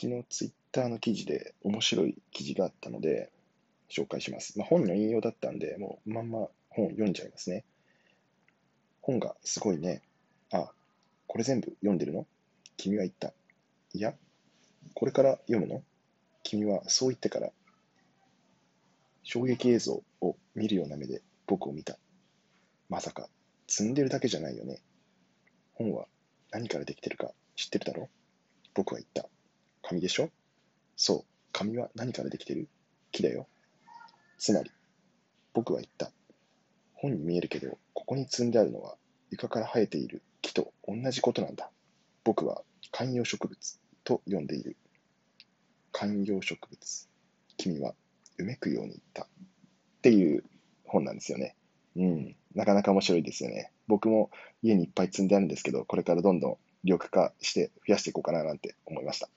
昨日ツイッターの記事で面白い記事があったので紹介します。本の引用だったんで、もうまんま本読んじゃいますね。本がすごいね。あ、これ全部読んでるの？君は言った。いや、これから読むの？君はそう言ってから衝撃映像を見るような目で僕を見た。まさか積んでるだけじゃないよね。本は何からできてるか知ってるだろ？僕は言った。紙でしょ？そう。紙は何からできてる？木だよ。つまり僕は言った。本に見えるけど、ここに積んであるのは床から生えている木と同じことなんだ。僕は観葉植物と呼んでいる。観葉植物。君はうめくように言った。っていう本なんですよね。なかなか面白いですよね。僕も家にいっぱい積んであるんですけど、これからどんどん緑化して増やしていこうかななんて思いました。